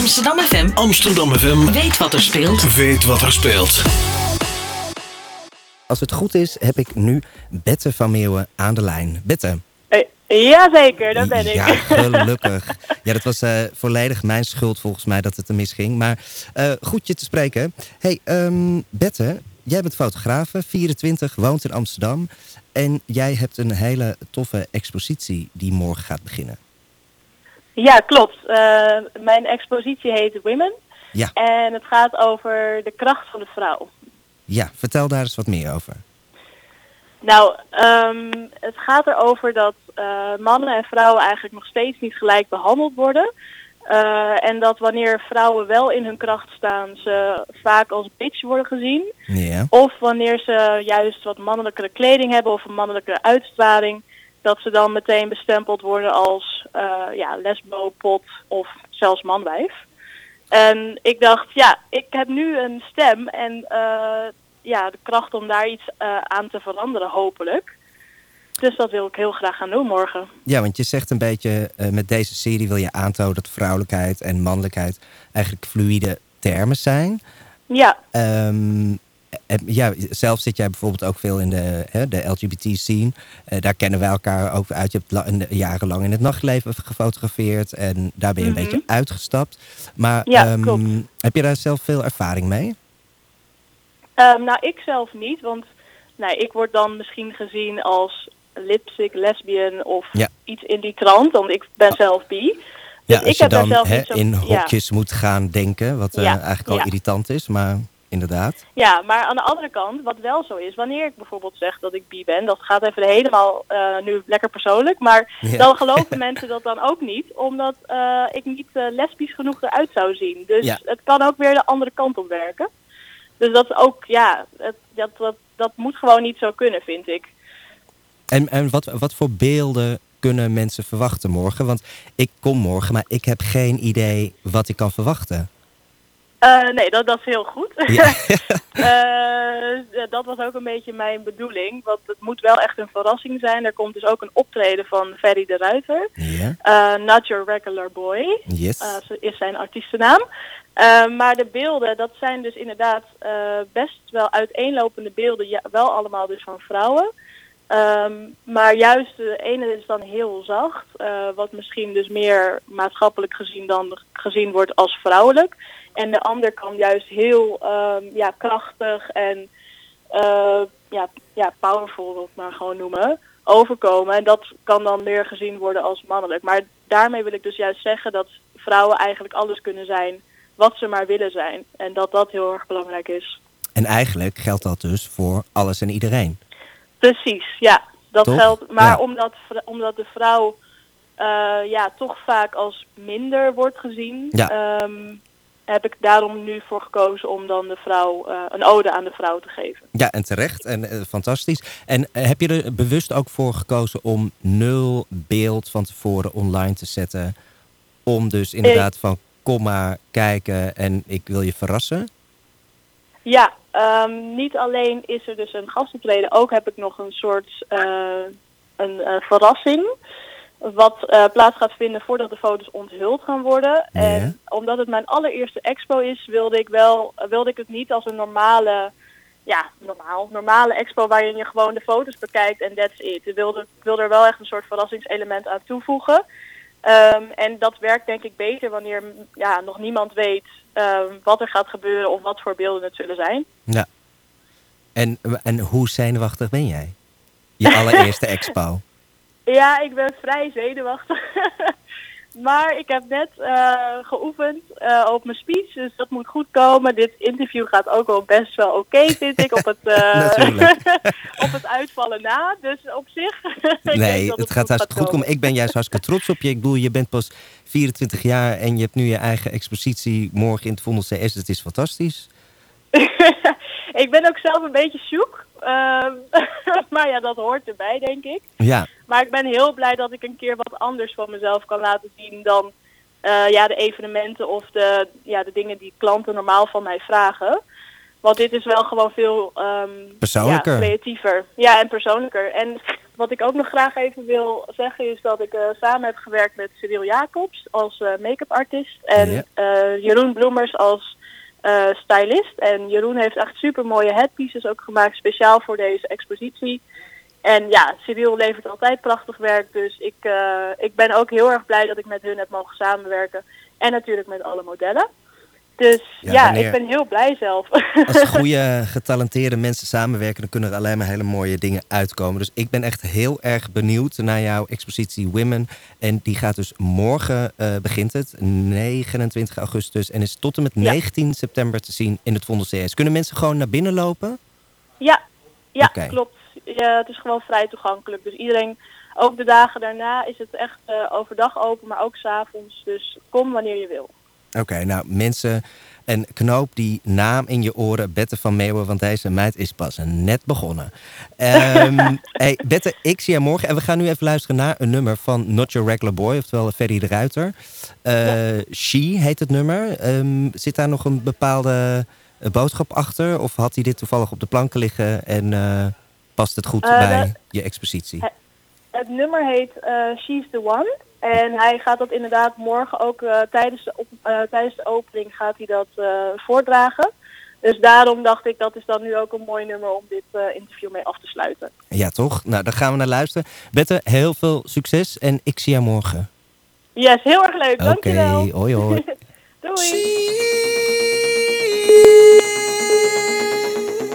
Amsterdam FM. Amsterdam FM. Weet wat er speelt. Weet wat er speelt. Als het goed is, heb ik nu Bette van Meeuwen aan de lijn. Bette. Jazeker, dat ben ik. Ja, gelukkig. Ja, dat was volledig mijn schuld volgens mij dat het er misging. Maar goed je te spreken. Hey, Bette, jij bent fotografe, 24, woont in Amsterdam. En jij hebt een hele toffe expositie die morgen gaat beginnen. Ja, klopt. Mijn expositie heet Women. Ja. En het gaat over de kracht van de vrouw. Ja, vertel daar eens wat meer over. Nou, het gaat erover dat mannen en vrouwen eigenlijk nog steeds niet gelijk behandeld worden. En dat wanneer vrouwen wel in hun kracht staan, ze vaak als bitch worden gezien. Ja. Of wanneer ze juist wat mannelijkere kleding hebben of een mannelijke uitstraling, dat ze dan meteen bestempeld worden als lesbo, pot of zelfs manwijf. En ik dacht, ja, ik heb nu een stem en de kracht om daar iets aan te veranderen, hopelijk. Dus dat wil ik heel graag gaan doen morgen. Ja, want je zegt een beetje, met deze serie wil je aantonen dat vrouwelijkheid en mannelijkheid eigenlijk fluïde termen zijn. Ja. Zelf zit jij bijvoorbeeld ook veel in de LGBT-scene. Daar kennen wij elkaar ook uit. Je hebt jarenlang in het nachtleven gefotografeerd en daar ben je een beetje uitgestapt. Maar klopt. Heb je daar zelf veel ervaring mee? Nou, ik zelf niet, want ik word dan misschien gezien als lipstick, lesbian of iets in die trant, want ik ben zelf bi. Dus ja, als ik je heb dan daar zelf in hokjes moet gaan denken, wat eigenlijk al irritant is, maar inderdaad. Ja, maar aan de andere kant, wat wel zo is, wanneer ik bijvoorbeeld zeg dat ik bi ben, dat gaat even helemaal nu lekker persoonlijk, maar dan geloven mensen dat dan ook niet, omdat ik niet lesbisch genoeg eruit zou zien. Dus het kan ook weer de andere kant op werken. Dus dat is ook, dat moet gewoon niet zo kunnen, vind ik. En wat voor beelden kunnen mensen verwachten morgen? Want ik kom morgen, maar ik heb geen idee wat ik kan verwachten. Nee, dat is heel goed. Ja. Dat was ook een beetje mijn bedoeling. Want het moet wel echt een verrassing zijn. Er komt dus ook een optreden van Ferry de Ruiter. Yeah. Not Your Regular Boy. Yes. Is zijn artiestennaam. Maar de beelden, dat zijn dus inderdaad best wel uiteenlopende beelden. Wel allemaal dus van vrouwen. Maar juist de ene is dan heel zacht. Wat misschien dus meer maatschappelijk gezien wordt als vrouwelijk. En de ander kan juist heel krachtig en powerful, wat maar gewoon noemen, overkomen. En dat kan dan meer gezien worden als mannelijk. Maar daarmee wil ik dus juist zeggen dat vrouwen eigenlijk alles kunnen zijn wat ze maar willen zijn. En dat heel erg belangrijk is. En eigenlijk geldt dat dus voor alles en iedereen. Precies, ja. Dat toch? Geldt. Maar omdat de vrouw toch vaak als minder wordt gezien, heb ik daarom nu voor gekozen om dan de vrouw een ode aan de vrouw te geven. Ja, en terecht. En fantastisch. En heb je er bewust ook voor gekozen om 0 beeld van tevoren online te zetten? Om dus inderdaad van kom maar kijken en ik wil je verrassen? Ja, niet alleen is er dus een gastoptreden, ook heb ik nog een soort een verrassing. Wat plaats gaat vinden voordat de foto's onthuld gaan worden. Ja. En omdat het mijn allereerste expo is, wilde ik het niet als een normale expo waarin je gewoon de foto's bekijkt en that's it. Ik wilde er wel echt een soort verrassingselement aan toevoegen. En dat werkt denk ik beter wanneer nog niemand weet wat er gaat gebeuren of wat voor beelden het zullen zijn. Ja. En hoe zenuwachtig ben jij? Je allereerste expo. Ja, ik ben vrij zenuwachtig. Maar ik heb net geoefend op mijn speech, dus dat moet goed komen. Dit interview gaat ook wel best wel oké, vind ik, op het uitvallen na. Dus op zich... Nee, het gaat hartstikke goed komen. Ik ben juist hartstikke trots op je. Ik bedoel, je bent pas 24 jaar en je hebt nu je eigen expositie morgen in het Vondel CS. Het is fantastisch. Ik ben ook zelf een beetje zoek. Maar ja, dat hoort erbij, denk ik. Ja. Maar ik ben heel blij dat ik een keer wat anders van mezelf kan laten zien dan de evenementen of de dingen die klanten normaal van mij vragen. Want dit is wel gewoon veel persoonlijker. creatiever. Ja, en persoonlijker. En wat ik ook nog graag even wil zeggen is dat ik samen heb gewerkt met Cyril Jacobs als make-up artist. En Jeroen Bloemers als stylist. En Jeroen heeft echt super mooie headpieces ook gemaakt, speciaal voor deze expositie. En ja, Cyril levert altijd prachtig werk. Dus ik ben ook heel erg blij dat ik met hun heb mogen samenwerken. En natuurlijk met alle modellen. Dus ik ben heel blij zelf. Als goede getalenteerde mensen samenwerken, dan kunnen er alleen maar hele mooie dingen uitkomen. Dus ik ben echt heel erg benieuwd naar jouw expositie Women. En die gaat dus morgen, begint het, 29 augustus. En is tot en met 19 september te zien in het Vondel CS. Kunnen mensen gewoon naar binnen lopen? Ja, Okay. Klopt. Ja, het is gewoon vrij toegankelijk. Dus iedereen, ook de dagen daarna is het echt overdag open, maar ook 's avonds. Dus kom wanneer je wil. Oké, nou mensen, en knoop die naam in je oren, Bette van Meeuwen, want deze meid is pas net begonnen. Hey, Bette, ik zie je morgen. En we gaan nu even luisteren naar een nummer van Not Your Regular Boy, oftewel Ferry de Ruiter. She heet het nummer. Zit daar nog een bepaalde boodschap achter? Of had hij dit toevallig op de planken liggen en past het goed bij je expositie? Het nummer heet She's the One. En hij gaat dat inderdaad morgen ook tijdens de opening gaat hij dat voordragen. Dus daarom dacht ik, dat is dan nu ook een mooi nummer om dit interview mee af te sluiten. Ja, toch? Nou, daar gaan we naar luisteren. Bette, heel veel succes en ik zie jou morgen. Yes, heel erg leuk. Dankjewel. Oké, hoi hoi. Doei.